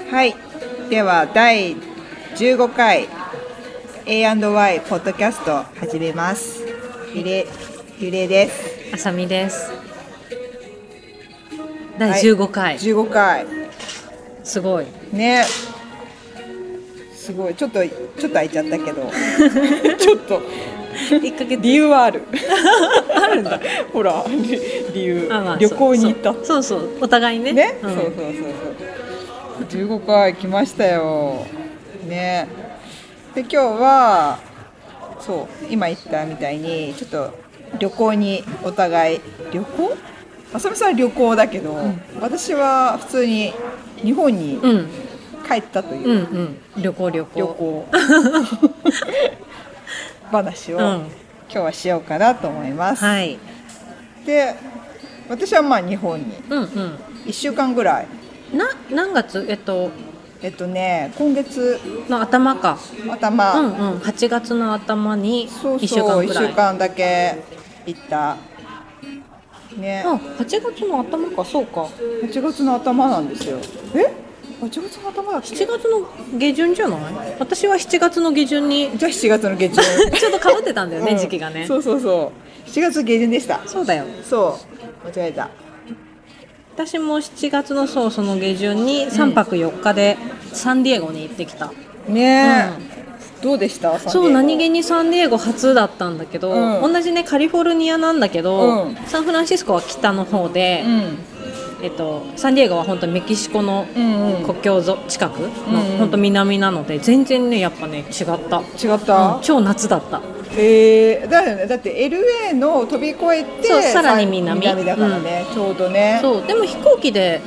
はい、では第15回 A&Y ポッドキャスト始めます。ゆれです。 あさみです。第15回、はい、 15回すごいね。すごい、ちょっと空いちゃったけどちょっと 1ヶ月理由はあるあるんだほら理由、 まあ、 旅行に行った。 そうお互いね、 そう15回来ましたよね。で今日はそう今言ったみたいにちょっと旅行にお互い旅行？あさみさんは旅行だけど、私は普通に日本に帰ったという、 旅行話を、今日はしようかなと思います。 はい。 で私はまあ日本に1週間ぐらい、 何月？ 今月の頭か。8月の頭に1週間ぐらい。 1週間だけ行ったね。 8月の頭か。そうか、 8月の頭なんですよ。8月の頭だっけ？ 7月の下旬じゃない？私は7月の下旬に。 じゃあ7月の下旬ちょっとかぶってたんだよね、時期がね。 そう7月下旬でした。 そうだよ。 間違えた。 私も7月のその下旬に3泊4日でサンディエゴに行ってきたね。どうでした？ そう、何気にサンディエゴ初だったんだけど、同じねカリフォルニアなんだけど、サンフランシスコは北の方で、サンディエゴは本当にメキシコの国境近くの本当南なので、全然ねやっぱね違った、超夏だった。 だよね。だって LA の飛び越えてさらに南だからね、ちょうどね。 そうでも飛行機で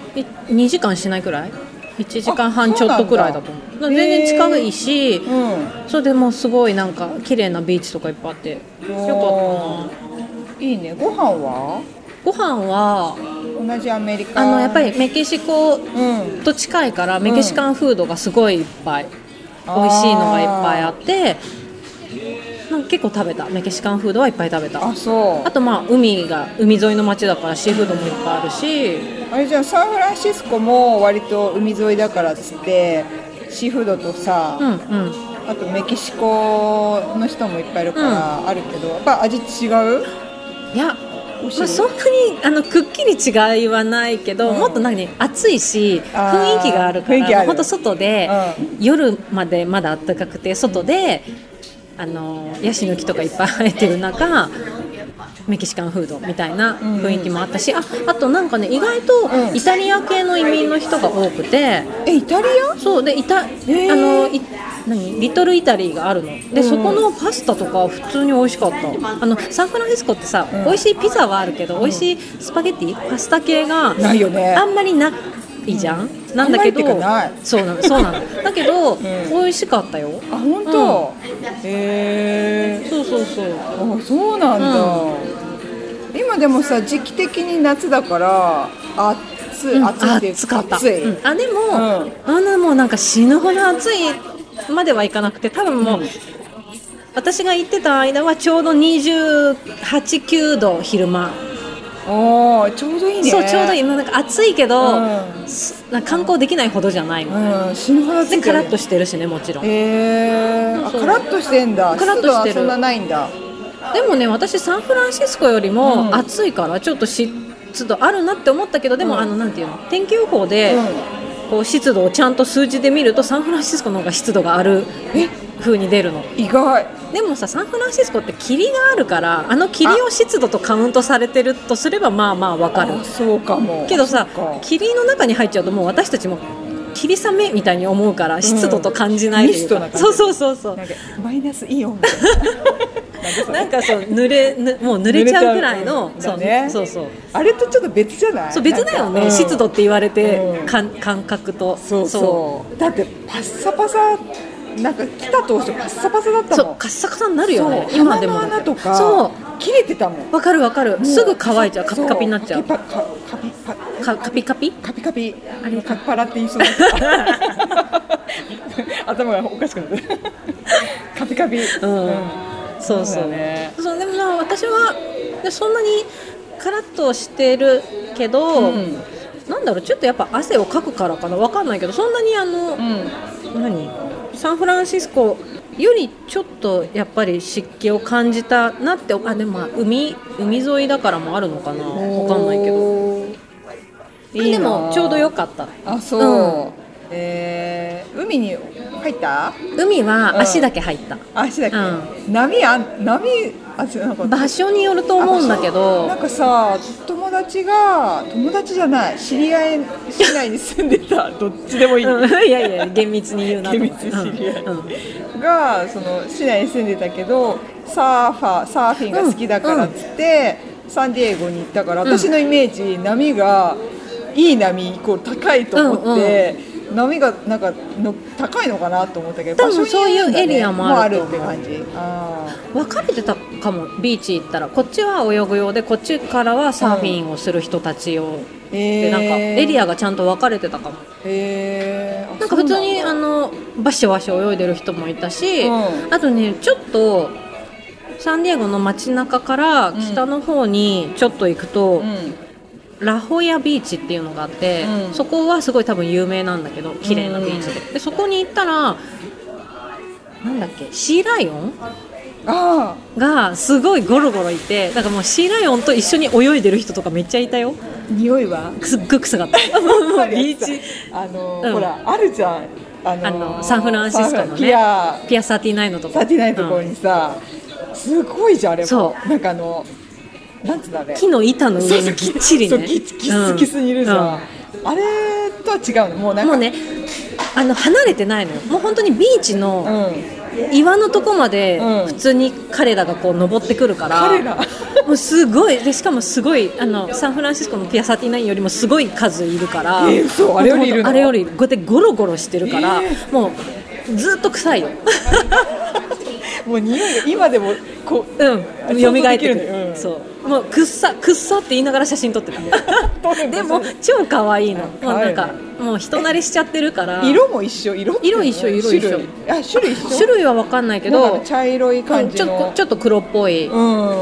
2時間しないくらい、1時間半ちょっとくらいだと思う。全然近いし、それでもすごいなんか綺麗なビーチとかいっぱいあってよかったな。 いいね。ご飯は同じアメリカ、 やっぱりメキシコと近いから、メキシカンフードがすごいいっぱい、美味しいのがいっぱいあって、なんか結構食べた。メキシカンフードはいっぱい食べた。あとまあ海沿いの街だからシーフードもいっぱいあるし。 あれじゃあサンフランシスコも割と海沿いだからっつってシーフードとさ、あとメキシコの人もいっぱいいるからあるけど、やっぱ味違う？ いや、そんなにくっきり違いはないけど、もっと暑いし雰囲気があるから、ほんと外で、夜までまだ暖かくて外でヤシの木とかいっぱい生えてる中、メキシカンフードみたいな雰囲気もあったし、あとなんかね意外とイタリア系の移民の人が多くて。 イタリア？ そうでリトルイタリーがあるので、そこのパスタとか普通に美味しかった。サンフランシスコってさ、美味しいピザはあるけど、美味しいスパゲッティパスタ系がないよね。 あんまりないじゃん。なんだけどそうなのだけど、美味しかったよ。 本当？そうそうなんだ。今でもさ時期的に夏だから暑かった。でもなんか死ぬほど暑いまではいかなくて、多分もう、私が行ってた間はちょうど28、9度昼間。 ちょうどいいね。 そうちょうどいい。なんか暑いけど、観光できないほどじゃないみたいな。 死ぬほど暑い。 でカラッとしてるしね、もちろん。 カラッとしてんだ。 カラッとしてる。 そんなないんだ。 でもね、私サンフランシスコよりも暑いからちょっと湿度あるなって思ったけど、でもなんていうの、天気予報でこう湿度をちゃんと数字で見るとサンフランシスコの方が湿度がある風に出るの。 意外。 でもさ、サンフランシスコって霧があるから、霧を湿度とカウントされてるとすればまあまあわかる。 そうかも。 けどさ、霧の中に入っちゃうともう私たちも霧雨みたいに思うから湿度と感じないというか、そうなんかマイナスイオンみたいななんかそうもう濡れちゃうくらいの、そうあれとちょっと別じゃない？ そう別だよね、湿度って言われて、感覚と。 そうだってパッサパサ、なんか来た当初パッサパサだったもん。 そうカッサカサになるよね。今でも鼻の穴とか切れてたもん。 わかるすぐ乾いちゃう。カピカピになっちゃう。カピカピあれカッパラって言いそうだった頭がおかしくなるカピカピ。 そうでも私はそんなにカラッとしてるけど、なんなんだろう、ちょっとやっぱ汗をかくからかな、分かんないけど、そんなにサンフランシスコよりちょっとやっぱり湿気を感じたなって。でも海沿いだからもあるのかな、分かんないけど、でもちょうど良かった。 あ、そう、海に入った？ 海は足だけ入った、 足だけ、波場所によると思うんだけど、 なんかさ、友達じゃない、知り合い市内に住んでたどっちでもいい、 いやいや厳密に言うなと思って、 厳密知り合い、がその市内に住んでたけど、サーフィンが好きだからっつって、サンディエゴに行ったから、私のイメージ、波がいい波イコール高いと思って、波がなんか高いのかなと思ったけど、 多分そういうエリアもあると思う。 って感じ。 分かれてたかも。ビーチ行ったらこっちは泳ぐ用で、こっちからはサーフィンをする人たち用で、なんかエリアがちゃんと分かれてたかも。なんか普通にバシバシ泳いでる人もいたし、あとね、ちょっとサンディエゴの街中から北の方にちょっと行くと、ラホヤビーチっていうのがあって、そこはすごい多分有名なんだけど、綺麗なビーチで、そこに行ったらなんだっけ、シーライオンがすごいゴロゴロいて、だからもうシーライオンと一緒に泳いでる人とかめっちゃいたよ。 匂いはすっごい臭かったビーチほらあるじゃん、 サンフランシスコのね、ピア39のとこ39 のところにさ、すごいじゃんあれも。そうなんかなんつうんだね、 木の板の上にぎっちりね、 キスキスにいるじゃん、あれとは違うの。もうね離れてないのよ。もう本当にビーチの岩のとこまで普通に彼らがこう登ってくるから、もうすごいで、しかもすごいサンフランシスコのピア39よりもすごい数いるから、 そうあれよりいるの？ あれよりこうやってゴロゴロしてるから、もうずっと臭いよもう匂いが今でもこう、蘇ってくる、そうもうくっさって言いながら写真撮ってたでも超可愛いの、なんかもう人慣れしちゃってるから。 色も一緒？色一緒。 種類は分かんないけど、 茶色い感じの、 ちょっと黒っぽい、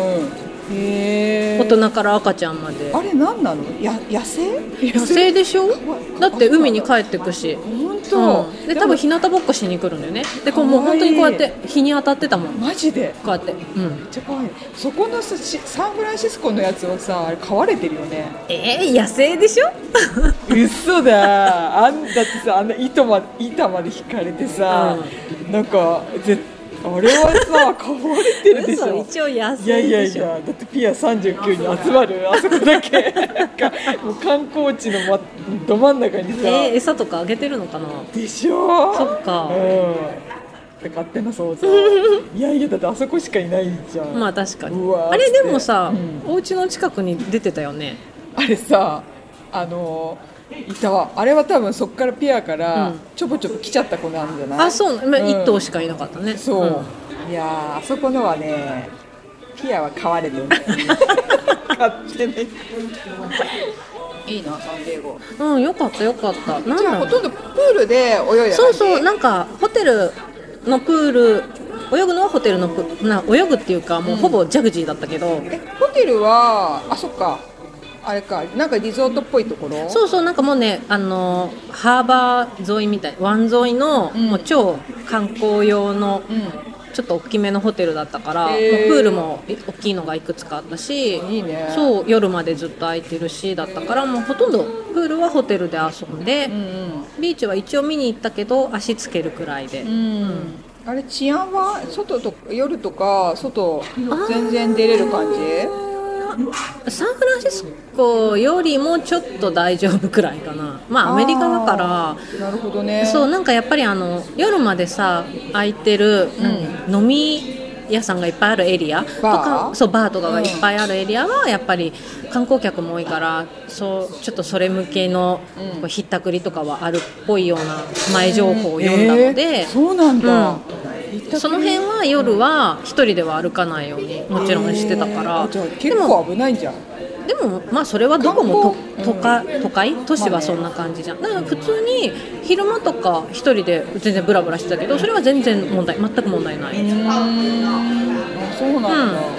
大人から赤ちゃんまで。 あれ何なの？野生でしょ？だって海に帰ってくし。 本当。 で多分日向ぼっこしに来るんだよね。でもう本当にこうやって日に当たってたもん。 マジで？ こうやって。 めっちゃ可愛い。そこのサンフランシスコのやつはさ、あれ飼われてるよね。 野生でしょ？ 嘘だ。だってさ、あんな板まで引かれてさ、なんかあれはさ、飼われてるでしょ。 一応野生でしょ。 いやだってピア39に集まるあそこだけなんかもう観光地のど真ん中にさ、 餌とかあげてるのかな。 でしょ。 そっか。 勝手な想像いやだってあそこしかいないじゃん。 まあ確かに。あれでもさ、お家の近くに出てたよね。 あれさ、いたわ。あれは多分そっからピアからちょこちょこ来ちゃった子なんじゃない？ あ、そう、1頭しかいなかったね。 そう、いやあそこのはね、ピアは飼われてる勝手にいいな、サンディエゴ。 よかった。 じゃあほとんどプールで泳いだ感じ？ そう、なんかホテルのプール、泳ぐのはホテルの泳ぐっていうか、もうほぼジャグジーだったけど、 ホテルはそっか、あれか、なんかリゾートっぽいところ？ そう、なんかもうね、ハーバー沿いみたい、湾沿いの、もう超観光用の、ちょっと大きめのホテルだったから、もうプールも大きいのがいくつかあったし、 いいね。 そう、夜までずっと空いてるしだったから、もうほとんどプールはホテルで遊んで、ビーチは一応見に行ったけど足つけるくらいで、 あれ治安は夜とか外全然出れる感じ？ サンフランシスコよりもちょっと大丈夫くらいかな。まあアメリカだから。 なるほどね。 そう、なんかやっぱり夜までさ空いてる、飲み屋さんがいっぱいあるエリアとか、そうバーとかがいっぱいあるエリアはやっぱり観光客も多いから、そうちょっとそれ向けのひったくりとかはあるっぽいような前情報を読んだので、 そうなんだ。 その辺は夜は一人では歩かないようにもちろんしてたから。 じゃあ結構危ないんじゃん。 でもまあそれはどこも都市はそんな感じじゃん。だから普通に昼間とか一人で全然ブラブラしてたけど、それは全く問題ない。 そうなんだ。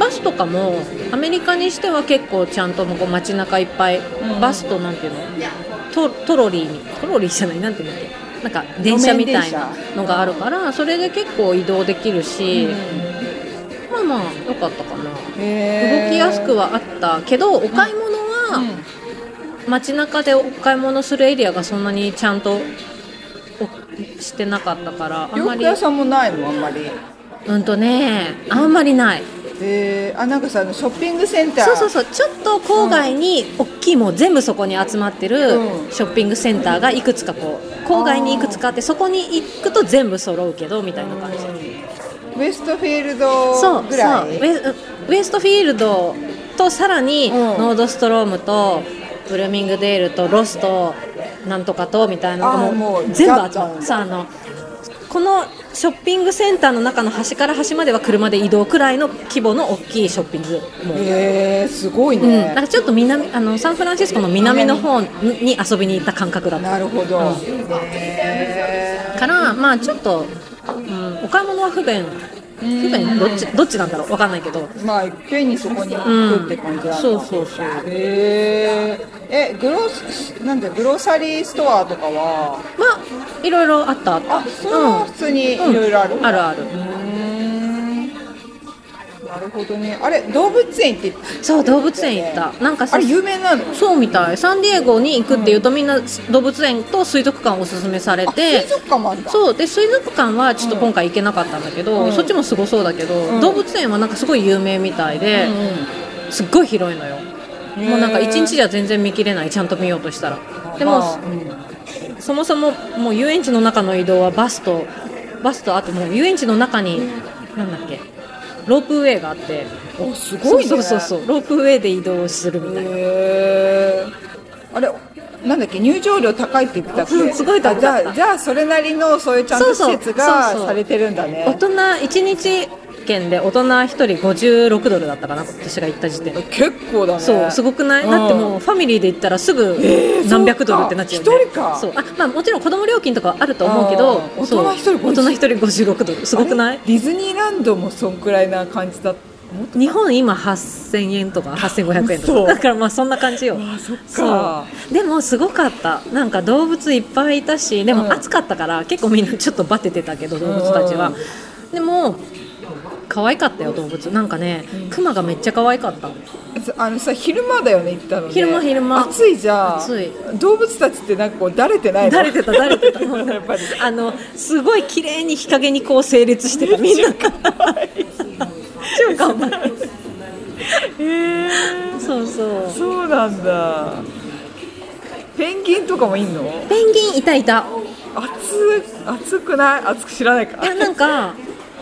バスとかもアメリカにしては結構ちゃんとこう街中いっぱい、バスとなんていうのトロリーじゃないなんていうんだっけ、なんか電車みたいなのがあるからそれで結構移動できるし、まあ良かったかな。動きやすくはあったけどお買い物は街中でお買い物するエリアがそんなにちゃんとしてなかったからあんまり。洋服屋さんもないのあんまり。 あんまりない。 なんかさショッピングセンター、 そうちょっと郊外に大きいもう全部そこに集まってるショッピングセンターがいくつかこう郊外にいくつかあってそこに行くと全部揃うけどみたいな感じ。 ウエストフィールドぐらい。 ウエストフィールドとさらにノードストロームとブルーミングデールとロスとなんとかとみたいなのがもう全部集まる。このショッピングセンターの中の端から端までは車で移動くらいの規模の大きいショッピングモール。 すごいね。 なんかちょっとサンフランシスコの南の方に遊びに行った感覚だった。 なるほど。 からまあちょっと、お買い物は不便どっちなんだろう分かんないけど、 まあいっぺんにそこに行くって感じだった。 そうグローサリーストアとかはまあいろいろあった。 それは普通にいろいろある。 ある。 なるほどね。あれ動物園ってそう動物園行った。なんかあれ有名なの？ そうみたい。サンディエゴに行くっていうとみんな動物園と水族館をおすすめされて。 水族館もあった。 そうで水族館はちょっと今回行けなかったんだけど、そっちもすごそうだけど、動物園はなんかすごい有名みたいで、すっごい広いのよ。もうなんか1日じゃ全然見切れない。ちゃんと見ようとしたら。でも、そもそももう遊園地の中の移動はバスとあともう遊園地の中になんだっけロープウェイがあって、 すごいね。 そうロープウェイで移動するみたいな。 あれなんだっけ入場料高いって言ってたっけ？ すごい高かった。 じゃあそれなりのそういうちゃんと施設がされてるんだね。 大人1日券で大人1人56ドルだったかな私が行った時点。 結構だね。 そうすごくない？だってもうファミリーで行ったらすぐ何百ドルってなっちゃうね。 1人か。 そうまあもちろん子供料金とかあると思うけど、 大人1人 56ドルすごくない？ ディズニーランドもそんくらいな感じだった。 日本今8000円とか8500円とかだからまあそんな感じよ。 そっか。 でもすごかった。なんか動物いっぱいいたし、でも暑かったから結構みんなちょっとバテてたけど動物たちは。でも可愛かったよ動物。なんかねクマがめっちゃ可愛かった。 昼間だよね行ったのね。 昼間暑いじゃん。 暑い。 動物たちってなんかこうだれてないの？ だれてたやっぱりすごい綺麗に日陰にこう整列してたみんな。超かわいい。そうなんだ。 ペンギンとかもいんの？ ペンギンいた。 暑くない？暑く知らないか。 いやなんか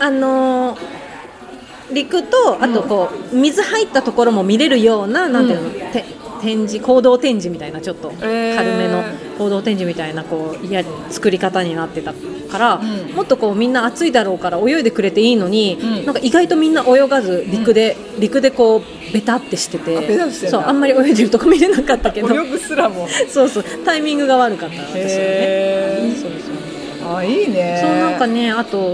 陸とあとこう水入ったところも見れるようななんていうの行動展示みたいなちょっと軽めの行動展示みたいなこう作り方になってたから、もっとこうみんな暑いだろうから泳いでくれていいのに、なんか意外とみんな泳がず陸でこうベタってしてて、そうあんまり泳いでるとこ見れなかったけど泳ぐすらもそうタイミングが悪かった私はね。 いいね。 そうなんかねあと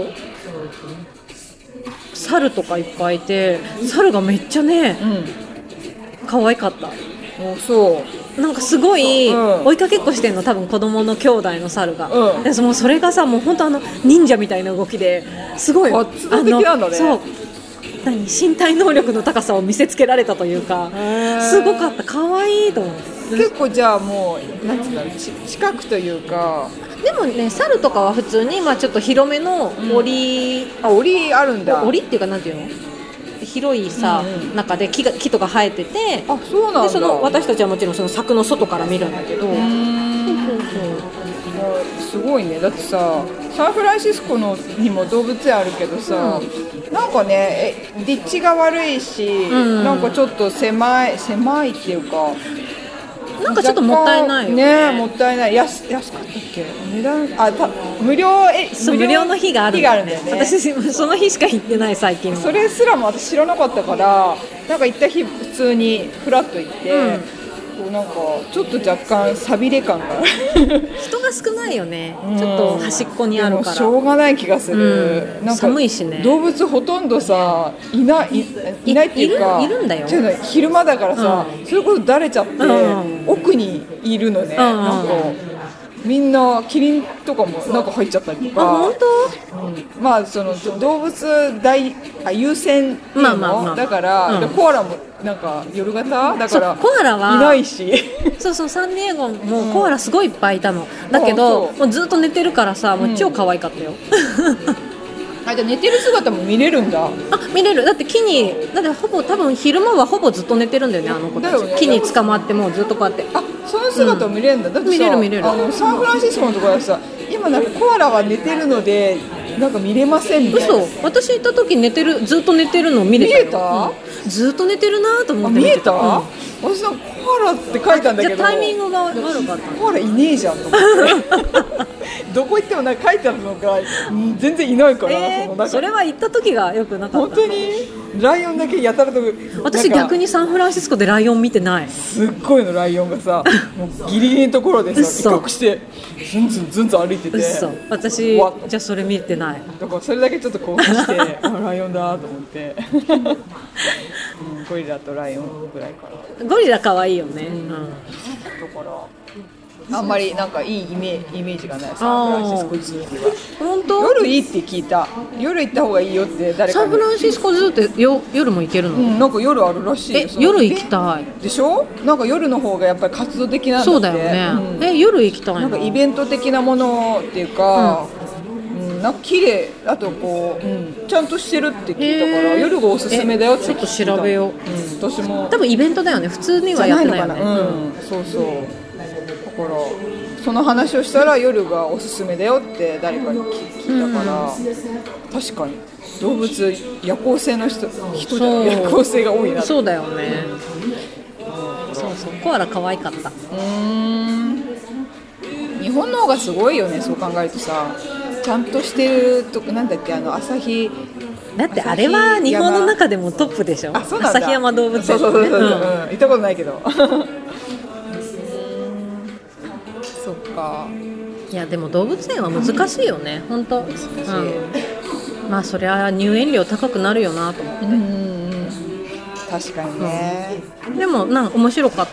猿とかいっぱいいて猿がめっちゃね、可愛かった。そうなんかすごい追いかけっこしてんの多分子供の兄弟の猿が、でもそれがさもう本当忍者みたいな動きですごい活動的なんだね。 そう身体能力の高さを見せつけられたというかすごかった。可愛いと思う。 結構じゃあもうなんていうの近くというか。 でもね猿とかは普通にまあちょっと広めの檻、 檻あるんだ。 檻っていうかなんていうの広いさ、中で木とか生えてて、 そうなんだ。 で私たちはもちろんその柵の外から見るんだけど、 すごいね。だってさサンフランシスコにも動物園あるけどさ、なんかね立地が悪いし、なんかちょっと狭いっていうかなんかちょっともったいないよね。もったいない。安かったっけ？値段無料の日があるんだよね。 私その日しか行ってない最近。 それすらも私知らなかったからなんか行った日普通にフラッと行って、 なんかちょっと若干さびれ感が人が少ないよね、ちょっと端っこにあるから。 しょうがない気がする、なんか寒いしね。 動物ほとんどさいないっていうか、 いるんだよ。 昼間だからさ、それこそだれちゃって、奥にいるのね、なんかみんなキリンとかも中入っちゃったりとか。 本当？ まあその動物優先っていうの、だから、コアラもなんか夜型だからコアラはいないしそうサンディエゴもコアラすごいいっぱいいたの、だけどもうずっと寝てるからさ、もう超可愛かったよ、 じゃあ寝てる姿も見れるんだ。 見れる。だってほぼ多分昼間はほぼずっと寝てるんだよね、あの子たち、木に捕まってもうずっとこうやって。 その姿を見れるんだ。だってさ、 見れる。 サンフランシスコのところはさ、今なんかコアラは寝てるのでなんか見れませんみたいな。 嘘、私行った時ずっと寝てるの見れたよ。 見えた？ ずっと寝てるなと思って見えた？私なんかコアラって書いたんだけど、 じゃあタイミングが悪かった。 コアラいねえじゃんと思ってどこ行ってもなんか書いてあるのが全然いないから、 それは行った時がよくなかった。 本当にライオンだけやたらと。 私逆にサンフランシスコでライオン見てない。 すっごいの、ライオンがさもうギリギリのところでさ威嚇してずんずん歩いてて。 私じゃあそれ見てない。 だからそれだけちょっと興奮してライオンだと思ってゴリラとライオンぐらいかな。 ゴリラ可愛いよね、 だからあんまりなんかいいイメージがない、サンフランシスコズーティは。 本当？ 夜いいって聞いた。夜行った方がいいよって誰かに。 サンフランシスコズーって夜も行けるの？ なんか夜あるらしいよ。 夜行きたい。 でしょ？なんか夜の方がやっぱり活動的なんだって。 そうだよね、夜行きたいなんかイベント的なものっていうか、なんか綺麗、あとこう、ちゃんとしてるって聞いたから夜がおすすめだよって聞いた。 ちょっと調べよう。 私も多分イベントだよね、普通にはやってないよね。 そうだからその話をしたら夜がおすすめだよって誰かに聞いたから、確かに動物夜行性の人夜行性が多いな。 そうだよね、コアラ可愛かった。 日本の方がすごいよね、そう考えるとさ、ちゃんとしてるとこ。なんだっけ、旭だってあれは日本の中でもトップでしょ。旭山動物園。 そう行ったことないけどそっか。 いやでも動物園は難しいよね、本当。まあそりゃ入園料高くなるよなと思って。 確かにね、 でもなんか面白かった。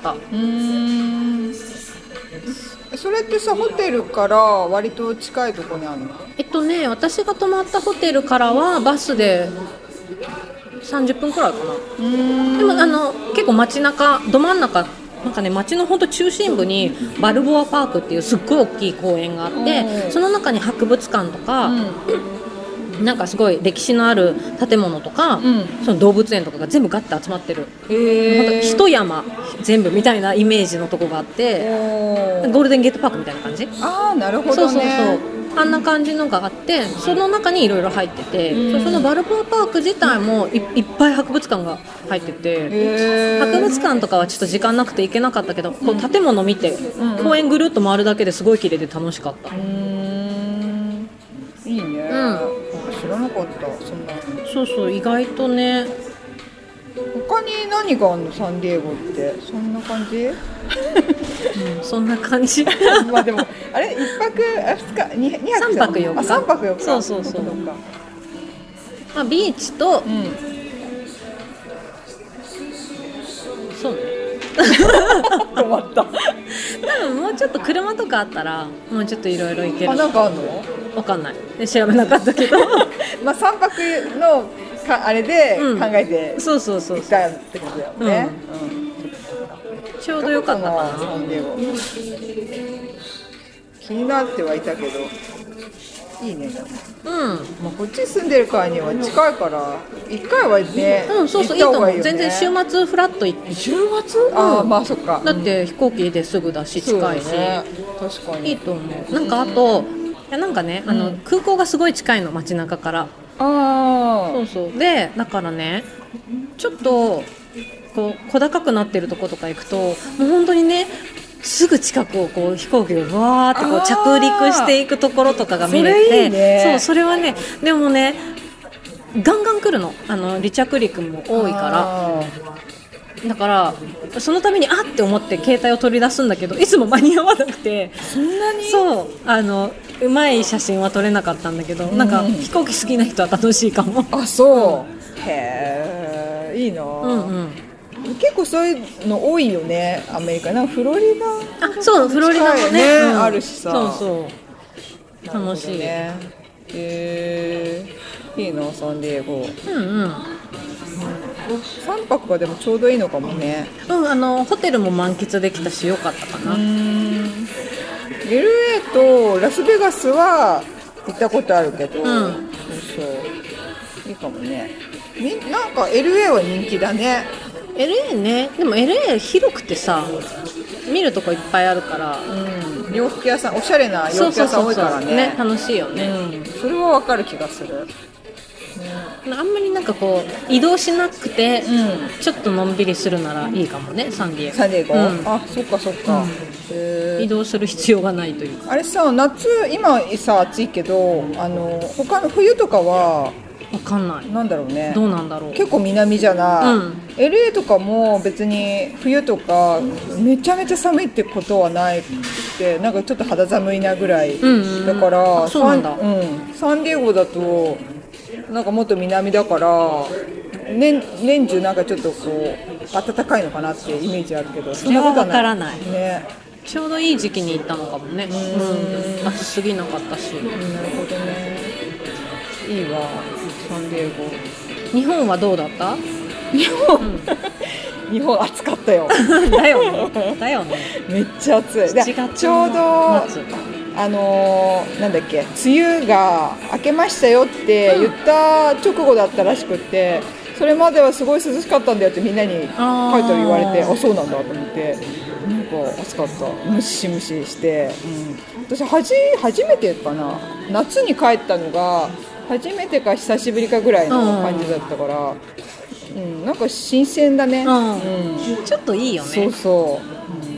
それってさ、ホテルから割と近いところにあるの？ 私が泊まったホテルからはバスで30分くらいかな。でも結構街中ど真ん中なんかね、街の本当中心部にバルボアパークっていうすっごい大きい公園があって、その中に博物館とか、なんかすごい歴史のある建物とか、その動物園とかが全部ガッて集まってる、本当一山全部みたいなイメージのとこがあって、ゴールデンゲートパークみたいな感じ。 なるほどね。 あんな感じのがあって、その中にいろいろ入ってて、そのバルボアパーク自体もいっぱい博物館が入ってて、博物館とかはちょっと時間なくて行けなかったけど、こう建物見て、公園ぐるっと回るだけですごい綺麗で楽しかった。 いいね、知らなかった。そんな。 そう意外とね。 他に何があるの、サンディエゴって。そんな感じそんな感じまあでもあれ1泊2日2泊 3泊4日 3泊4日。 そうまあビーチと、そうね困った多分もうちょっと車とかあったらもうちょっといろいろ行ける。 なんかあるの？ 分かんない、調べなかったけどまあ3泊のあれで考えてそう行ったってことだよね。 ちょうどよかったかな。 サンディエゴ気になってはいたけどいいね。まあ、こっち住んでるからには近いから1回はね、 行った方がいいよね。全然週末フラッと行って。 週末？まあそっか。 だって飛行機ですぐだし近いし、 確かにいいと思う。なんかあとなんかね、空港がすごい近いの、街中から。でだからね、ちょっとこう小高くなってるとことか行くと、もう本当にねすぐ近くをこう飛行機がわーってこう着陸していくところとかが見れて、 それいいね。 それはね、でもねガンガン来るの、離着陸も多いから。 だからそのためにあって思って携帯を取り出すんだけどいつも間に合わなくて、 そんなにそううまい写真は撮れなかったんだけど、なんか飛行機好きな人は楽しいかも。 あ、そう、へえ、いいな、結構そういうの多いよね、アメリカ。なんかフロリダ、 そう、フロリダもね、 あるしさ、 そう楽しいね。 いいな、サンディエゴ。3泊がでもちょうどいいのかもね。 ホテルも満喫できたしよかったかな。 LA とラスベガスは行ったことあるけど、そういいかもね。なんか LA は人気だね。 LA ね、でも LA 広くてさ、見るとこいっぱいあるから、 洋服屋さん、おしゃれな洋服屋さん多いからね。 楽しいよね、 それはわかる気がする。 あんまりなんかこう移動しなくて、ちょっとのんびりするならいいかもね、サンディエゴ。 サンディエゴ、あ、そっかそっか、 移動する必要がないというか。 あれさ、夏今さ暑いけど、他の冬とかはわかんない。 なんだろうね。 どうなんだろう。 結構南じゃない。LA とかも別に冬とかめちゃめちゃ寒いってことはないって、なんかちょっと肌寒いなぐらい。だから、 そうなんだ。 サンディエゴだとなんかもっと南だから、年中なんかちょっとこう暖かいのかなっていうイメージあるけど、 それはわからない。 ね。 ちょうどいい時期に行ったのかもね。暑すぎなかったし。なるほどね。いいわ、サンディエゴ。 日本はどうだった？ 日本暑かったよ。 だよね。だよね。 めっちゃ暑い。ちょうどなんだっけ、梅雨が明けましたよって言った直後だったらしくって、それまではすごい涼しかったんだよってみんなに書いて言われて、あ、そうなんだと思って、なんか暑かった。ムシムシして、私初めてかな、夏に帰ったのが初めてか久しぶりかぐらいの感じだったから、なんか新鮮だね。 ちょっといいよね。 そうそう、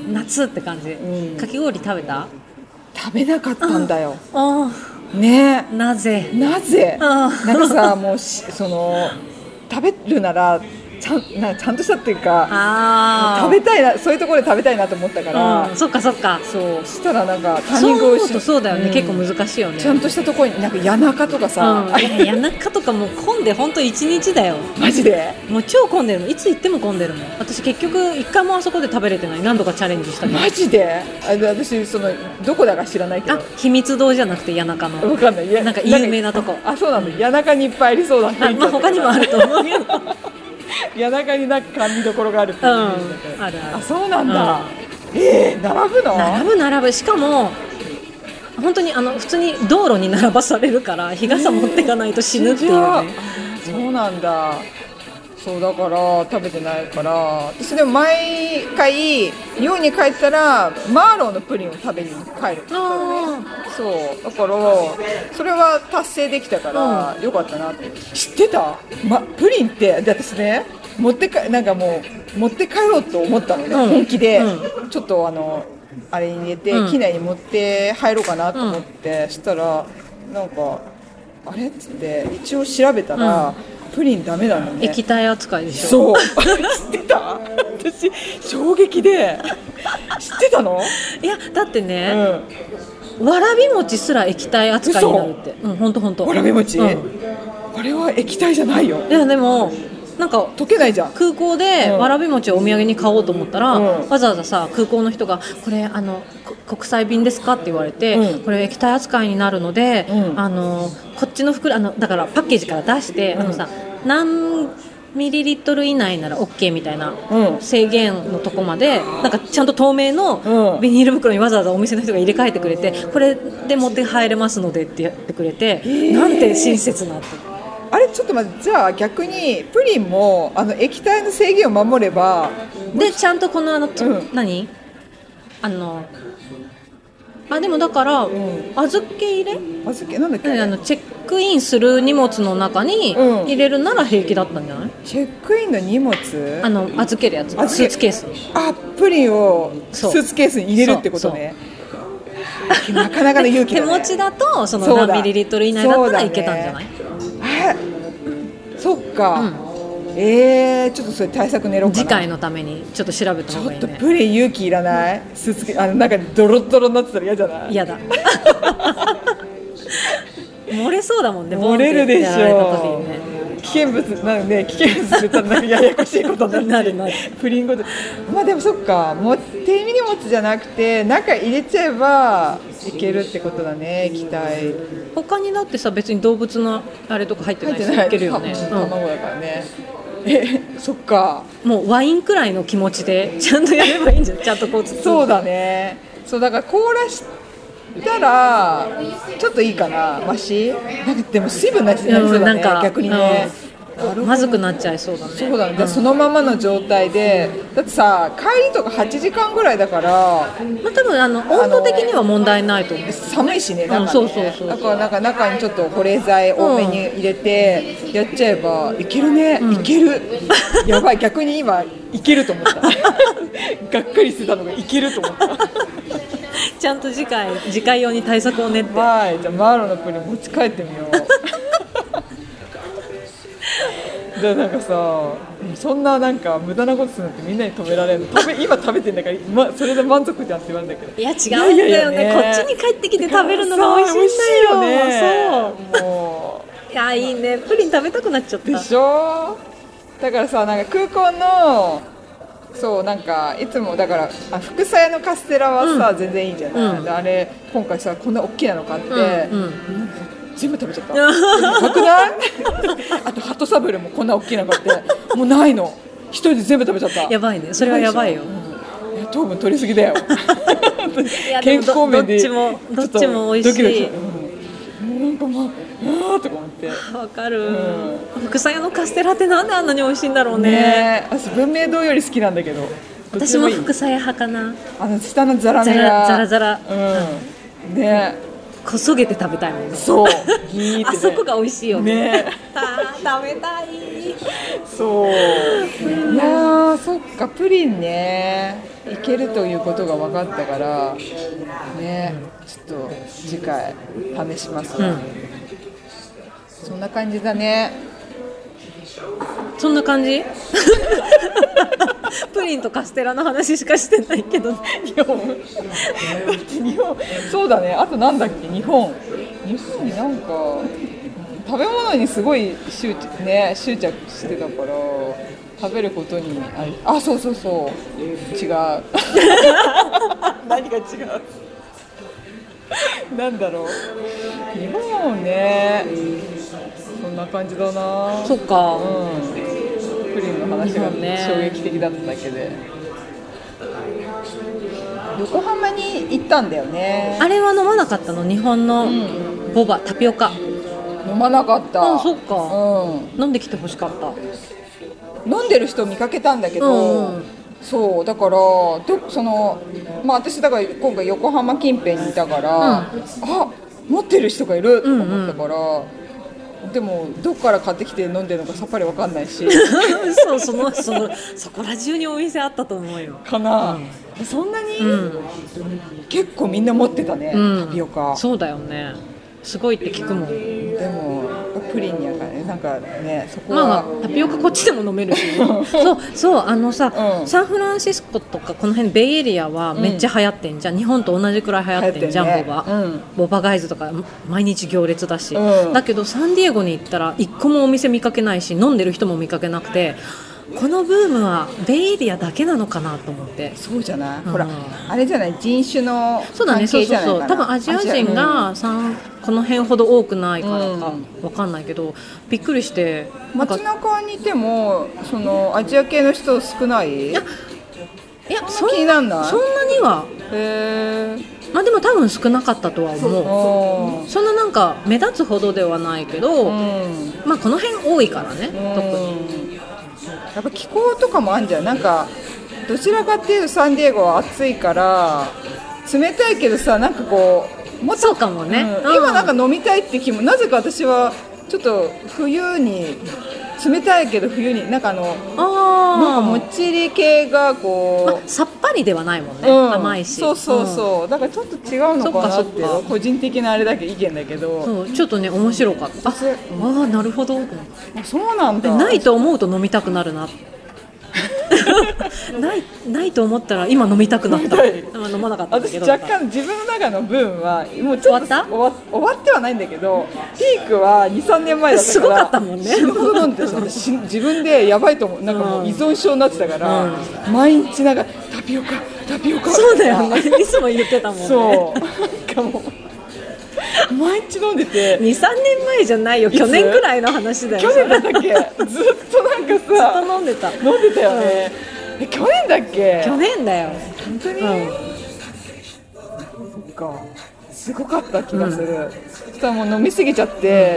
夏って感じ。かき氷食べた？ 食べなかったんだよ。ね。 なぜ？ なんかさ、もうその食べるならちゃんとしたっていうか、食べたいな、そういうところで食べたいなと思ったから、 そっかそっか。 そうしたらなんかターニングをして、 そうだよね、結構難しいよね。 ちゃんとしたところになんか谷中とかさ、 谷中とかもう混んで本当1日だよ。 マジで？ もう超混んでるもん、いつ行っても混んでるもん。私結局1回もあそこで食べれてない。何度かチャレンジしたけど。 マジで？私そのどこだか知らないけど。 秘密堂じゃなくて谷中の。 分かんない。 なんか有名なとこ。 あ、そうなの。谷中にいっぱいありそうだね。 まあ他にもあると思うけど。 谷中になんか甘味どころがあるっていう、 あるある。 あ、そうなんだ。並ぶの？ 並ぶ。しかも本当に普通に道路に並ばされるから、日傘持っていかないと死ぬっていうね。 そうなんだ。そうだから食べてないから、私でも毎回日本に帰ったらマーローのプリンを食べに帰る。そうだからそれは達成できたからよかったなって。知ってた？プリンって私ね、なんかもう持って帰ろうと思ったのね、本気で、ちょっとあれに入れて機内に持って入ろうかなと思って、したらなんかあれっつって一応調べたら、プリンダメなのね。 液体扱いでしょ。 そう知ってた？私衝撃で。知ってたの？ いやだってね、わらび餅すら液体扱いになるって。本当。 わらび餅、あれは液体じゃないよ。 いやでもなんか溶けないじゃん。 空港でわらび餅をお土産に買おうと思ったら、わざわざさ空港の人がこれ国際便ですかって言われて、これ液体扱いになるので、こっちの袋だからパッケージから出して、何ミリリットル以内なら OK みたいな制限のとこまで、なんかちゃんと透明のビニール袋にわざわざお店の人が入れ替えてくれて、これで持って入れますのでってやってくれて、なんて親切なって。 あれちょっと待って、じゃあ逆にプリンも液体の制限を守ればで、ちゃんとこの何でもだから、預け入れなんだっけ、 チェックインする荷物の中に入れるなら平気だったんじゃない？ チェックインの荷物、 預けるやつ、スーツケースに。 プリンをスーツケースに入れるってことね。なかなかの勇気だね。 手持ちだとその何ミリリットル以内だったらいけたんじゃない？ そっか、 ちょっとそれ対策練ろうかな。 次回のためにちょっと調べた方がいいね。 ちょっとプリン勇気いらない？スーツ中にドロドロになってたら嫌じゃない？ 嫌だ漏れそうだもんね。 漏れるでしょ。危険物なので、危険物出たらややこしいことになるプリンごと。まあでもそっか、手荷物じゃなくて中入れちゃえばいけるってことだね。液体他にだってさ、別に動物のあれとか入ってないしいけるよね。 卵だからね。そっか。 もうワインくらいの気持ちでちゃんとやればいいんじゃん。ちゃんとこうそうだね。そうだから凍らしたらちょっといいかな、マシ。なんかでも水分なしになりそうだね、逆にね。 まずくなっちゃいそうだね。 そうだね。そのままの状態で、だってさ、帰りとか8時間ぐらいだから、 まあ、多分温度的には問題ないと思う。 寒いしね、中ね。 そうそうそう。 だからなんか中にちょっと保冷剤多めに入れてやっちゃえばいけるね。いける。やばい、逆に今いけると思った。がっかりしてたのがいけると思った。 ちゃんと次回用に対策を練って。 はい、じゃあマーロのプリン持ち帰ってみよう。でなんかさ、そんななんか無駄なことするのってみんなに止められるの。今食べてんだから、それで満足じゃんって言われるんだけど。 いや違うんだよね。こっちに帰ってきて食べるのが美味しいんだよね。そう。もう。いやいいね。プリン食べたくなっちゃった。 でしょ。だからさ、なんか空港のそうなんかいつもだから福さ屋のカステラはさ、全然いいじゃない。あれ今回さこんな大きなの買って。全部食べちゃった。なくない？あとハトサブレもこんな大きいの買ってもうないの。一人で全部食べちゃった。 やばいね。それはやばいよ。 糖分取りすぎだよ。健康面でどっちも美味しい。 なんかまあとか思って。 わかる。福さ屋のカステラってなんであんなに美味しいんだろうね。 私文明堂より好きなんだけど。 私も福さ屋派かな。 下のザラメがザラザラ。 ね。 こそげて食べたいもんね。 そう。ギーってね。 あそこが美味しいよね。 ね。 食べたい。 そう。いやそっかプリンね。いけるということが分かったからね。ちょっと次回試しますわ。そんな感じだね。 そんな感じ？プリンとカステラの話しかしてないけど、 日本そうだね。あとなんだっけ、日本になんか食べ物にすごい執着してたから食べることにそう違う何が違うなんだろう。日本ね、そんな感じだな。 そっか。 プリンの話が衝撃的だっただけで、横浜に行ったんだよね。 あれは飲まなかったの？日本のボバ、タピオカ。 飲まなかった。 そっか。飲んできてほしかった。 飲んでる人見かけたんだけど、そうだから私だから今回横浜近辺にいたから、持ってる人がいると思ったから。でもどっから買ってきて飲んでるのかさっぱり分かんないしそこら中にお店あったと思うよ。 かな、そんなに、結構みんな持ってたね、タピオカ。 そうだよね。すごいって聞くもん。 でもプリンにはね、なんかね、そこはタピオカこっちでも飲めるし、そうサンフランシスコとかこの辺ベイエリアはめっちゃ流行ってんじゃん。日本と同じくらい流行ってんじゃん、ボバガイズとか毎日行列だし、だけどサンディエゴに行ったら一個もお店見かけないし、飲んでる人も見かけなくて、このブームはベイエリアだけなのかなと思って。 そうじゃない、ほらあれじゃない、人種の関係じゃないかな。 多分アジア人がこの辺ほど多くないからか分かんないけど、びっくりして。 街中にいてもそのアジア系の人少ない？いやそんな気になんない？ そんなには。まあでも多分少なかったとは思う。そんななんか目立つほどではないけど、まあこの辺多いからね、特に。 やっぱ気候とかもあるんじゃん。なんかどちらかっていうとサンディエゴは暑いから冷たいけどさ、なんかこうもっとそうかもね、 今なんか飲みたいって気も、なぜか私はちょっと冬に冷たいけど冬になんかなんかもっちり系がこう、さっぱりではないもんね、甘いし。 そうそうそう、だからちょっと違うのかなって個人的なあれだけ意見だけど、 そうちょっとね面白かった。あ、なるほど。 そうなんだ。 ないと思うと飲みたくなるな。ないと思ったら今飲みたくなった。飲まなかったんだけど、 私若干自分の中の分はもうちょっと終わってはないんだけど、ピークは 2,3 年前だったから、すごかったもんね。 死ぬほど飲んでた。私自分でやばいと思う、なんかもう依存症になってたから、毎日なんかタピオカそうだよね、いつも言ってたもんね。 そうなんかもう毎日飲んでて、 2,3 年前じゃないよ、去年くらいの話だよ。 去年だったっけ、ずっとなんかさずっと飲んでたよね、去年だっけ。 去年だよ本当に、そっか、すごかった気がする、そしたらもう飲みすぎちゃって、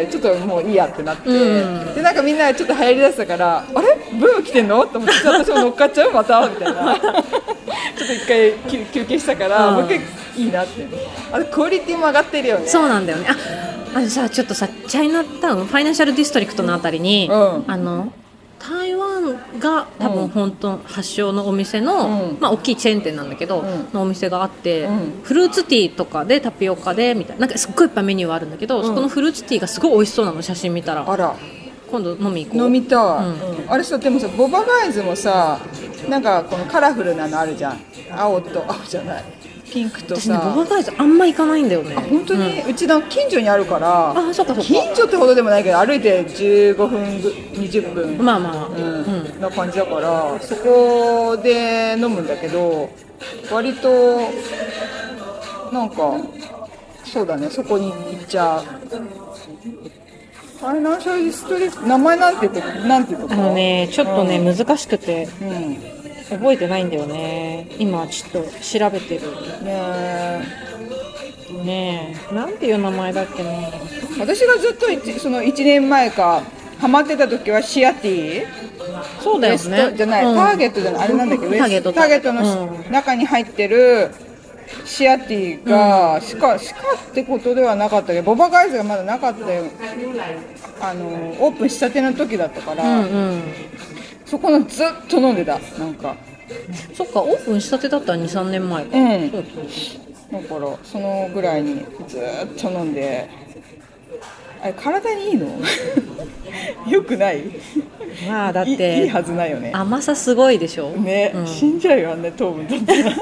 ちょっともういいやってなって、でなんかみんなちょっと流行りだしたから、あれブーム来てんのと思って、私も乗っかっちゃうまたみたいなちょっと一回休憩したから、もう一回いいなって、クオリティも上がってるよね。 そうなんだよね。あのさ、ちょっとさ、チャイナタウンファイナンシャルディストリクトのあたりに、台湾が多分本当発祥のお店の、大きいチェーン店なんだけど、のお店があって、フルーツティーとかでタピオカでみたいな、なんかすっごいいっぱいメニューはあるんだけど、そこのフルーツティーがすごい美味しそうなの、写真見たら。 あら、 今度飲み行こう。 飲みたい、あれさ、でもさ、ボバガイズもさ、なんかこのカラフルなのあるじゃん、青じゃないピンクとさ。 私ね、ボバガイズあんま行かないんだよね。 本当に、うちの近所にあるから、 そっか近所ってほどでもないけど、歩いて15分20分の感じだから、そこで飲むんだけど、割となんかそうだね、そこに行っちゃう。ファイナンシャルディストリクト、名前なんていうとちょっとね、難しくて、覚えてないんだよね。今ちょっと調べてるねえ、なんていう名前だっけな。 私がずっとその1年前かハマってた時はシアティー、 そうだよね、 じゃない、ターゲットじゃない、あれなんだっけ、ターゲットの中に入ってるシアティーが、シカってことではなかったけど、ボバガイズがまだなかったよ、オープンしたての時だったから、そこのずっと飲んでた。なんかそっか、オープンしたてだったら 2,3 年前か、 だからそのぐらいにずっと飲んで、あれ体にいいのよくない？ まあだっていいはずないよね。 甘さすごいでしょね、死んじゃうよね、糖分取ったら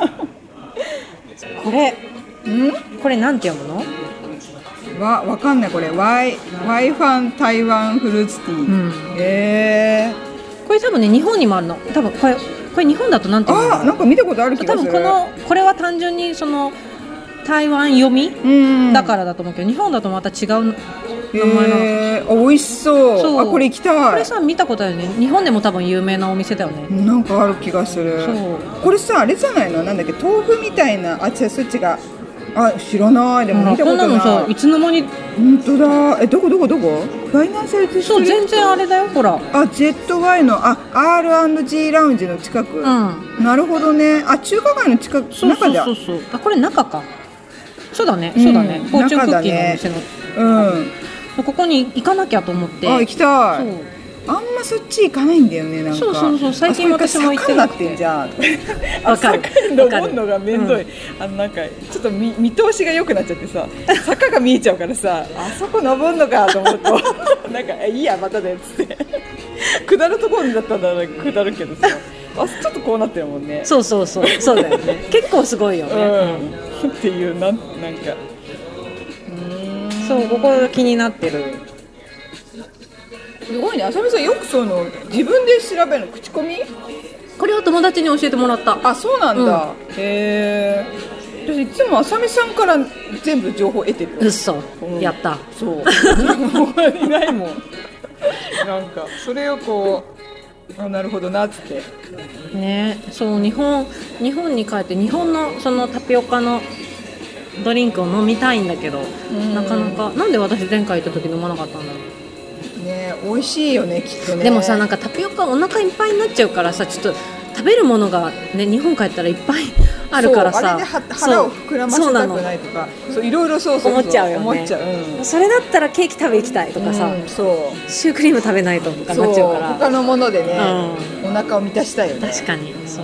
これなんて読むの？ わかんない。これワイファン台湾フルーツティー、 これ多分ね、日本にもあるの。多分これ日本だとなんていうの？ なんか見たことある気がする。 多分これは単純にその台湾読みだからだと思うけど、日本だとまた違う名前なの。 美味しそう。これ行きたい。 これさ、見たことあるよね。日本でも多分有名なお店だよね。 なんかある気がする。これさ、あれじゃないの？なんだっけ、豆腐みたいな。そっちが。知らない。でも見たことない。 こんなのさ、いつの間に。 本当だ。どこ？ファイナンシャルディストリクト。 そう、全然あれだよ、ほら。 ZY のR&G ラウンジの近く。なるほどね。中華街の近く。中だ。 そう。これ中か。そうだね。フォーチュンクッキーのお店の。ここに行かなきゃと思って。 行きたい。あんまそっち行かないんだよね。なんかそう最近私も行ってなくて。 じゃん。 わかる。 登るのがめんどい。なんかちょっと見通しが良くなっちゃってさ、坂が見えちゃうからさ、あそこ登るのかと思うとなんかいいやまたでっつって下るところだったんだら下るけどさ、ちょっとこうなってるもんね。 そうだよね。結構すごいよね。 っていうなんかそうここが気になってる。 すごいね、あさみさんよくそういうの自分で調べるの？口コミ？ これは友達に教えてもらった。 そうなんだ。私いつもあさみさんから全部情報得てる。 嘘、やった。 そういないもんなんかそれをこうなるほどなっつってね。そう、日本に帰って日本のそのタピオカのドリンクを飲みたいんだけど、なかなか。なんで私前回行った時飲まなかったんだろうね。美味しいよね、きっとね。 でもさ、なんかタピオカお腹いっぱいになっちゃうからさ、ちょっと食べるものがね、日本帰ったらいっぱいあるからさ、 あれで腹を膨らませたくないとか、いろいろ思っちゃうよね。それだったらケーキ食べ行きたいとかさ、シュークリーム食べないとかなっちゃうから、 他のものでね、お腹を満たしたいよね。 確かに。そう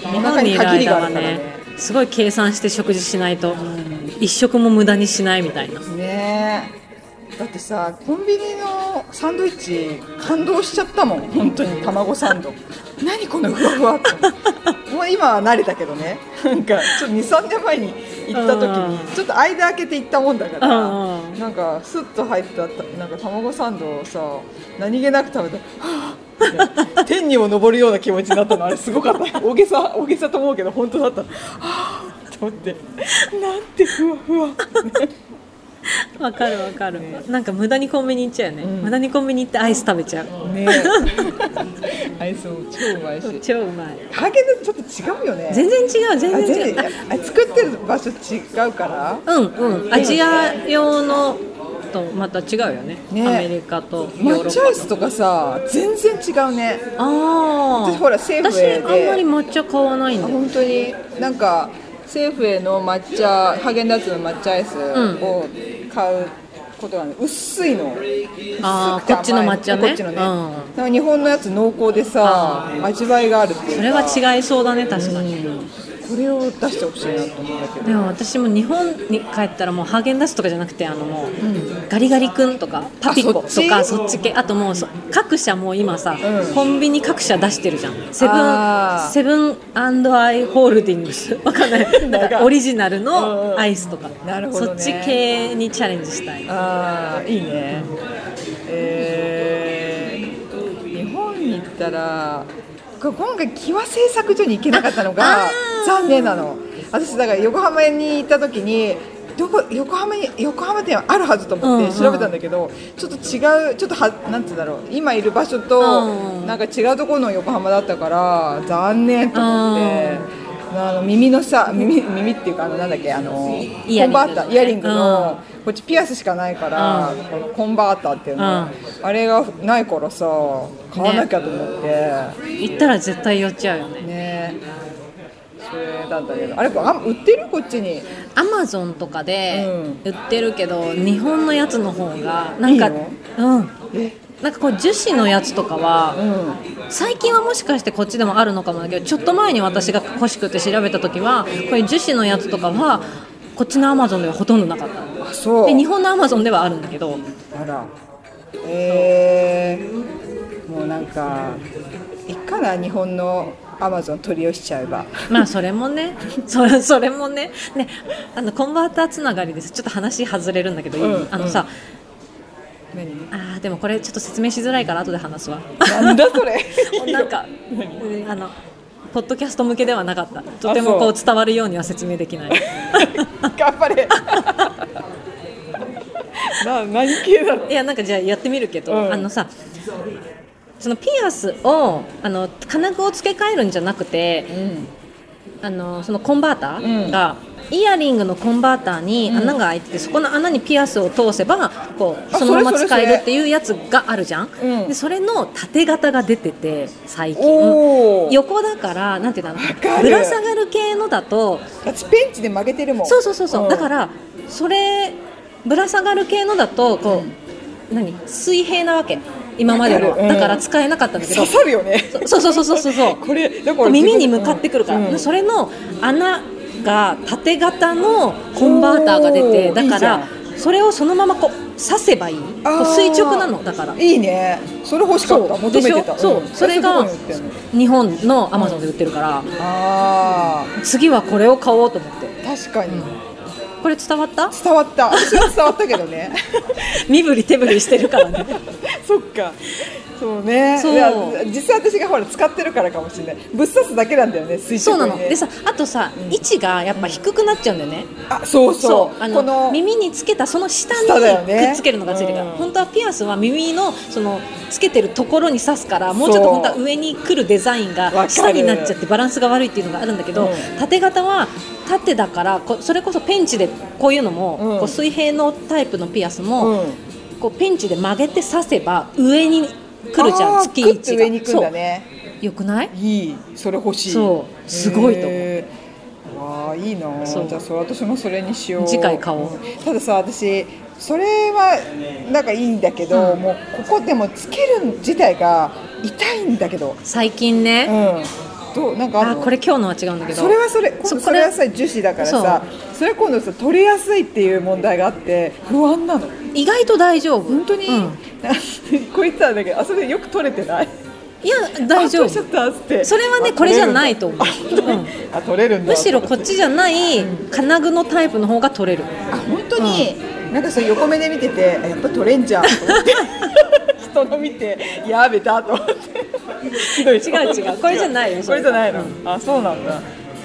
日本にいる間はねすごい計算して食事しないと、一食も無駄にしないみたいなね。だってさ、コンビニのサンドイッチ感動しちゃったもん、本当に。卵サンド何このふわふわってもう今は慣れたけどね、なんかちょっと 2,3 年前に行った時にちょっと間開けて行ったもんだから、なんかスッと入ったなんか卵サンドをさ、何気なく食べて、はぁ天にも昇るような気持ちになったの。あれすごかった。大げさと思うけど本当だった。はぁと思って、なんてふわふわわかるわかる、ね、なんか無駄にコンビニ行っちゃうよね、無駄にコンビニ行ってアイス食べちゃうね。アイスも超うまいし、 超うまい。 ハーゲンダッツちょっと違うよね。 全然違う全然違う。 作ってる場所違うから。 アジア用のとまた違うよ ね、アメリカとヨーロッパ。 抹茶アイスとかさ全然違うね。 私ほらセーフウェイで私あんまり抹茶買わないんだよ。 本当になんかセーフウェイの抹茶、ハーゲンダッツの抹茶アイスを買うことが、ね、薄いの。 こっちの抹茶ね。 こっちのね、なんか日本のやつ濃厚でさ味わいがあるっていうか。 それは違いそうだね確かに、 これを出してほしいなと思うんだけど。 でも私も日本に帰ったらもうハーゲンダッツとかじゃなくてもう、ガリガリ君とかパピコとかそっち系。あともう各社もう今さ、コンビニ各社出してるじゃん。セブン&アイ・ホールディングスわかんないなんかオリジナルのアイスとか、 なるほどね、 そっち系にチャレンジしたい。 いいね。日本に行ったら今回木和製作所に行けなかったのが残念なの。私だから横浜に行った時に横浜店はあるはずと思って調べたんだけど、ちょっと違う、ちょっとなんて言うんだろう、今いる場所となんか違うところの横浜だったから残念と思って、耳のさ、耳っていうかなんだっけ、コンバーター、イヤリングのこっちピアスしかないから、このコンバーターっていうの、あれがないからさ買わなきゃと思って、 行ったら絶対寄っちゃうよね。 それだったけど、あれ売ってる？こっちにアマゾンとかで売ってるけど、日本のやつの方がなんかなんかこう樹脂のやつとかは、最近はもしかしてこっちでもあるのかもだけど、ちょっと前に私が欲しくて調べた時はこういう樹脂のやつとかはこっちのアマゾンではほとんどなかった。で日本のアマゾンではあるんだけど、 あら、もうなんかいっかな、日本のアマゾン取り寄せちゃえば。 まあそれもねそれもね、コンバーターつながりです。ちょっと話外れるんだけど、さ、でもこれちょっと説明しづらいから後で話すわ。 なんだそれなんかポッドキャスト向けではなかった。とてもこう伝わるようには説明できない。 頑張れ。何系だろう。 いや、なんかじゃあやってみるけど、そのピアスを金具を付け替えるんじゃなくて、そのコンバーターが、イヤリングのコンバーターに穴が開いてて、そこの穴にピアスを通せばこうそのまま使えるっていうやつがあるじゃん。でそれの縦型が出てて最近、横だからなんていうの、ぶら下がる系のだとペンチで曲げてるもん。 そう、だからそれぶら下がる系のだとこう、水平なわけ今までの、だから使えなかったんだけど、 刺さるよね。 そうこれだから耳に向かってくるから、それの穴が縦型のコンバーターが出て、だからそれをそのままこう刺せばいい、こう垂直なのだからいいね。それ欲しかった、求めてた。 それが日本のアマゾンで売ってるから、次はこれを買おうと思って。 確かにこれ伝わった？ 伝わった。私は伝わったけどね。 身振り手振りしてるからね。 そっか。そうね。実際私がほら使ってるからかもしれない。ぶっ刺すだけなんだよね。垂直にね。 そうなの。でさ、あとさ、位置がやっぱ低くなっちゃうんだよね。 そうこの耳につけたその下にくっつけるのがついてるから、本当はピアスは耳のそのつけてるところに刺すから、もうちょっと本当は上に来るデザインが下になっちゃってバランスが悪いっていうのがあるんだけど、縦型は縦だからそれこそペンチでこういうのも、こう水平のタイプのピアスも、こうペンチで曲げて刺せば上に来るじゃん。月位置が上に行くんだね。 よくない？ いい、それ欲しい。 そうすごいと思う。 いいな。じゃあ私もそれにしよう。 次回買おう。 たださ、私それはなんかいいんだけど、もうここでもつける自体が痛いんだけど。 最近ね、 なんかこれ今日のは違うんだけど、 それはそれはさ樹脂だからさ、それ今度さ取れやすいっていう問題があって不安なの。 意外と大丈夫。 本当に、こいつはだけどそれよく取れてない？ いや大丈夫。 それはねこれじゃないと思う。 取れるんだ。 むしろこっちじゃない金具のタイプの方が取れる。 本当に、なんかそれ横目で見ててやっぱ取れんじゃんと思って人の見てやべたと思って違うこれじゃないよ。 これじゃないの、そうなんだ。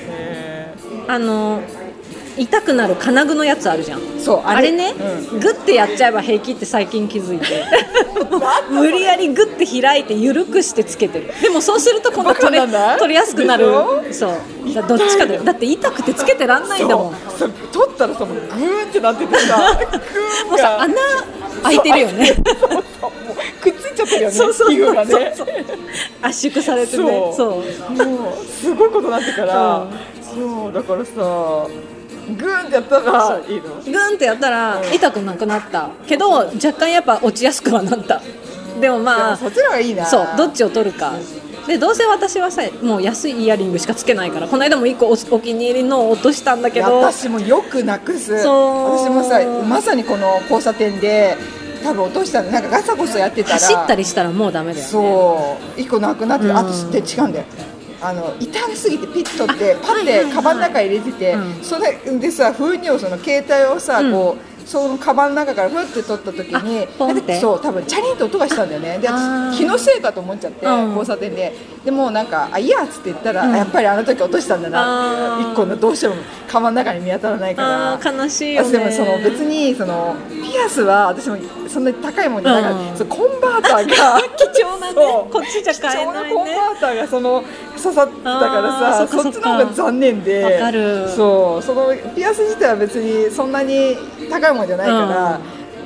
痛くなる金具のやつあるじゃん。 そうあれね、グッてやっちゃえば平気って最近気づいて無理やりグッて開いて緩くしてつけてる。でもそうすると今度取りやすくなる。そうどっちかだよ。だって痛くてつけてらんないんだもん。 取ったらさもうグーンってなっててさもうさ穴開いてるよね。 そうもうくっついちゃってるよね。皮膚がね圧縮されてね。そうもうすごいことになってから、そうだからさグーンってやったらいいの？ グーンってやったら痛くなくなったけど若干やっぱ落ちやすくはなった。でもまあそっちの方がいいな。 そうどっちを取るかで、どうせ私はさもう安いイヤリングしかつけないから、この間も1個お気に入りのを落としたんだけど、 私もよくなくす。私もさまさにこの交差点で多分落としたの。なんかガサゴソやってたら走ったりしたらもうダメだよね。 そう1個なくなって、あとって違うんだよ。痛すぎてピッとってパッてカバンの中に入れてて、それでさ不意にその携帯をさ、こうそのカバンの中からふって取った時にそう多分チャリンと音がしたんだよね。で私気のせいかと思っちゃって、交差点でもうなんかいいやっつって言ったら、やっぱりあの時落としたんだなって1個のどうしてもカバンの中に見当たらないから。 悲しいよね。 でも別にピアスは私もそんなに高いもんじゃないから、コンバーターが貴重なねこっちじゃ買えないね。 貴重なコンバーターが刺さってたからさ、そっちの方が残念で。 わかる。 そのピアス自体は別にそんなに高いもんじゃないから、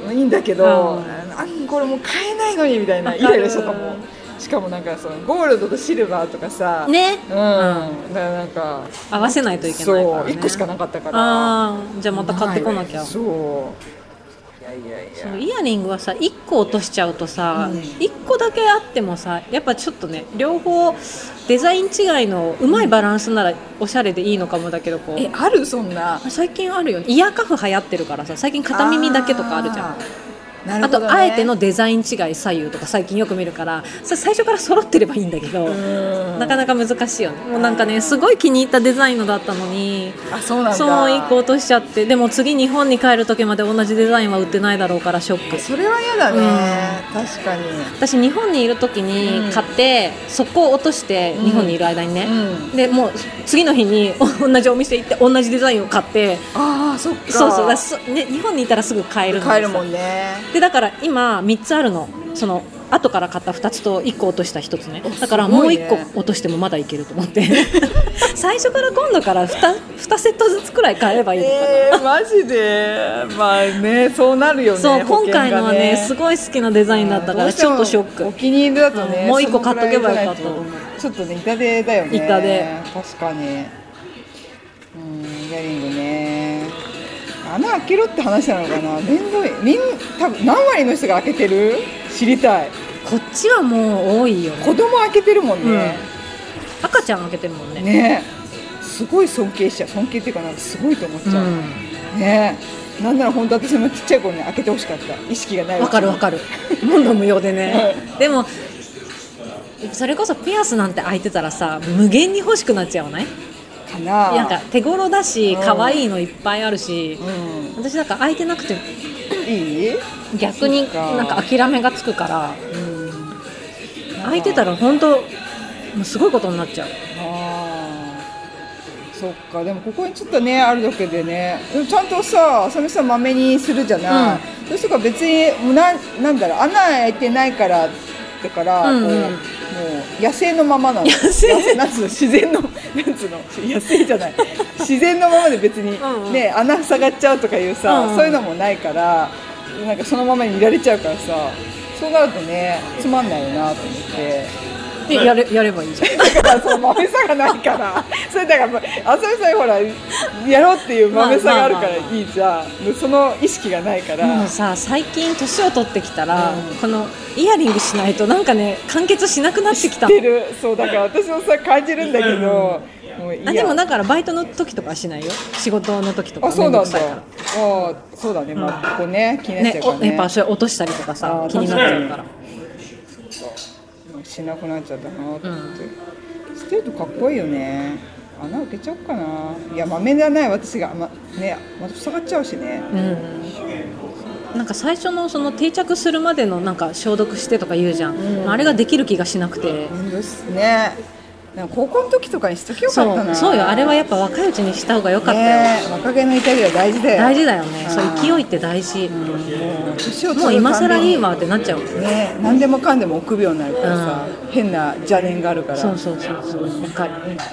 いいんだけど、これもう買えないのにみたいなイライラしたかも。しかもなんかゴールドとシルバーとかさね、 だからなんか合わせないといけないからね。 そう1個しかなかったから、 じゃあまた買ってこなきゃ。そうイヤリングはさ1個落としちゃうとさ、1個だけあってもさやっぱちょっとね両方デザイン違いのうまいバランスならおしゃれでいいのかもだけどあるそんな最近あるよね。イヤーカフ流行ってるからさ最近片耳だけとかあるじゃん。あとあえてのデザイン違い左右とか最近よく見るから最初から揃ってればいいんだけどなかなか難しいよね。もうなんかねすごい気に入ったデザインのだったのにそうなんだ。 そう1個落としちゃって、でも次日本に帰る時まで同じデザインは売ってないだろうからショック。 それは嫌だね、確かに。 私日本にいる時に買って、速攻落として日本にいる間にね、でもう次の日に同じお店行って同じデザインを買って、 そっかそうね、日本にいたらすぐ買えるの買えるもんね。 でだから今3つあるの。後から買った2つと1個落とした1つね。だからもう1個落としてもまだいけると思って最初から今度から 2セットずつくらい買えばいいのかな。 マジでまあねそうなるよね。 そう今回のはねすごい好きなデザインだったからちょっとショック。 お気に入りだとね、 もう1個買っとけばよかったと思う。 ちょっとね痛手だよね。 痛手確かに。イヤリングね穴開けろって話なのかな。面倒い。多分何割の人が開けてる？知りたい。 こっちはもう多いよね。 子供開けてるもんね、 赤ちゃん開けてるもんね。 ねすごい尊敬しちゃう。尊敬っていうかなんかすごいと思っちゃう、ね。なんなら本当私もちっちゃい頃に開けてほしかった。意識がない。 わかる問答無用でねでもそれこそピアスなんて開いてたらさ無限に欲しくなっちゃわない？なんか手頃だし可愛いのいっぱいあるし、私なんか開いてなくていい？ 逆になんか諦めがつくから、開いてたら本当もうすごいことになっちゃう。 そっか。でもここにちょっとねあるだけでねちゃんとさそれさまめにするじゃない、そうするから別になんだろう穴開いてないからだから、もう野生のままなの。なんつうの自然のなんつうの野生じゃない自然のままで別にね穴塞がっちゃうとかいうさ、そういうのもないからなんかそのままにいられちゃうからさ、そうなるとねつまんないよなと思って。 でやればいいじゃん。 だからその豆さがないからそれだからあさみさんほらやろうっていう豆さがあるからいいじゃん、その意識がないから。 もうさ最近年を取ってきたら、このイヤリングしないとなんかね完結しなくなってきた。 知ってる。そうだから私もさ感じるんだけど、もういいや。 でもだからバイトの時とかはしないよ、仕事の時とか。 そうなんだ。そうだね、まあここね気になっちゃうからね。 やっぱそれ落としたりとかさ気になっちゃうからしなくなっちゃったなと思って、してるとかっこいいよね。穴開けちゃおうかな。いや豆じゃない私がまた塞がっちゃうしね。 なんか最初のその定着するまでのなんか消毒してとか言うじゃん、あれができる気がしなくて。 ですね。なんか高校の時とかにしときよかったな。 そうよ、あれはやっぱ若いうちにした方が良かったよ。 若気の至りは大事だよ。 大事だよね。そう勢いって大事。もう今更いいわってなっちゃうね。何でもかんでも臆病になるからさ、変な邪念があるから。 そう分かる。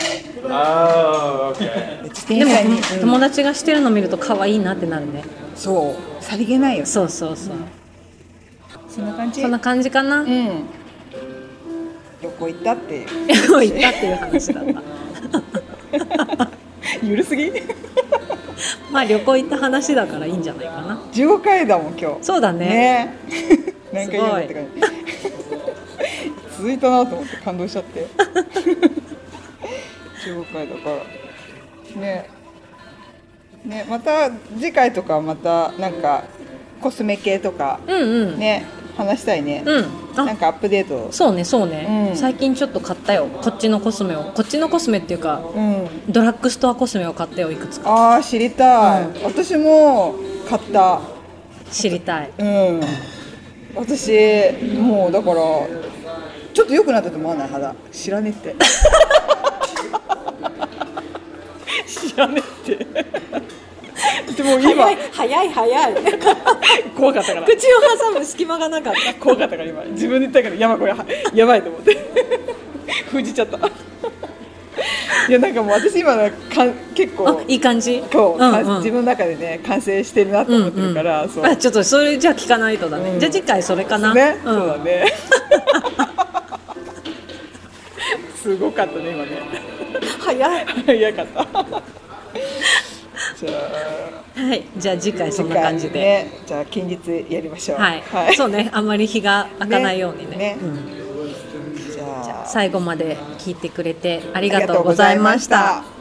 でも友達がしてるの見ると可愛いなってなるね。 そうさりげないよ。 そうそんな感じかな。 旅行行ったっていう話だったゆるすぎまあ旅行行った話だからいいんじゃないかな。 15回だもん今日。 そうだね。 何回言うのって感じ続いたなと思って感動しちゃって15回だからね。また次回とかまたなんかコスメ系とかね、話したいね。なんかアップデート。 そうね、最近ちょっと買ったよ、こっちのコスメっていうか、ドラッグストアコスメを買ったよ、いくつか。 知りたい、私も買った。 知りたい。 私もうだからちょっと良くなったと思わない？肌知らねって知らねってでも今早い怖かったから口を挟む隙間がなかった怖かったから今自分で言ったからこれやばいと思って封じちゃったいやなんかもう私今結構いい感じ。 自分の中でね完成してるなと思ってるから、 ちょっとそれじゃあ聞かないとだね。じゃあ次回それかな。 そうだねすごかったね今ね早かったじゃあ次回そんな感じで、 じゃあ近日やりましょう。 そうね、あんまり日が開かないようにね。 じゃあ最後まで聞いてくれてありがとうございました。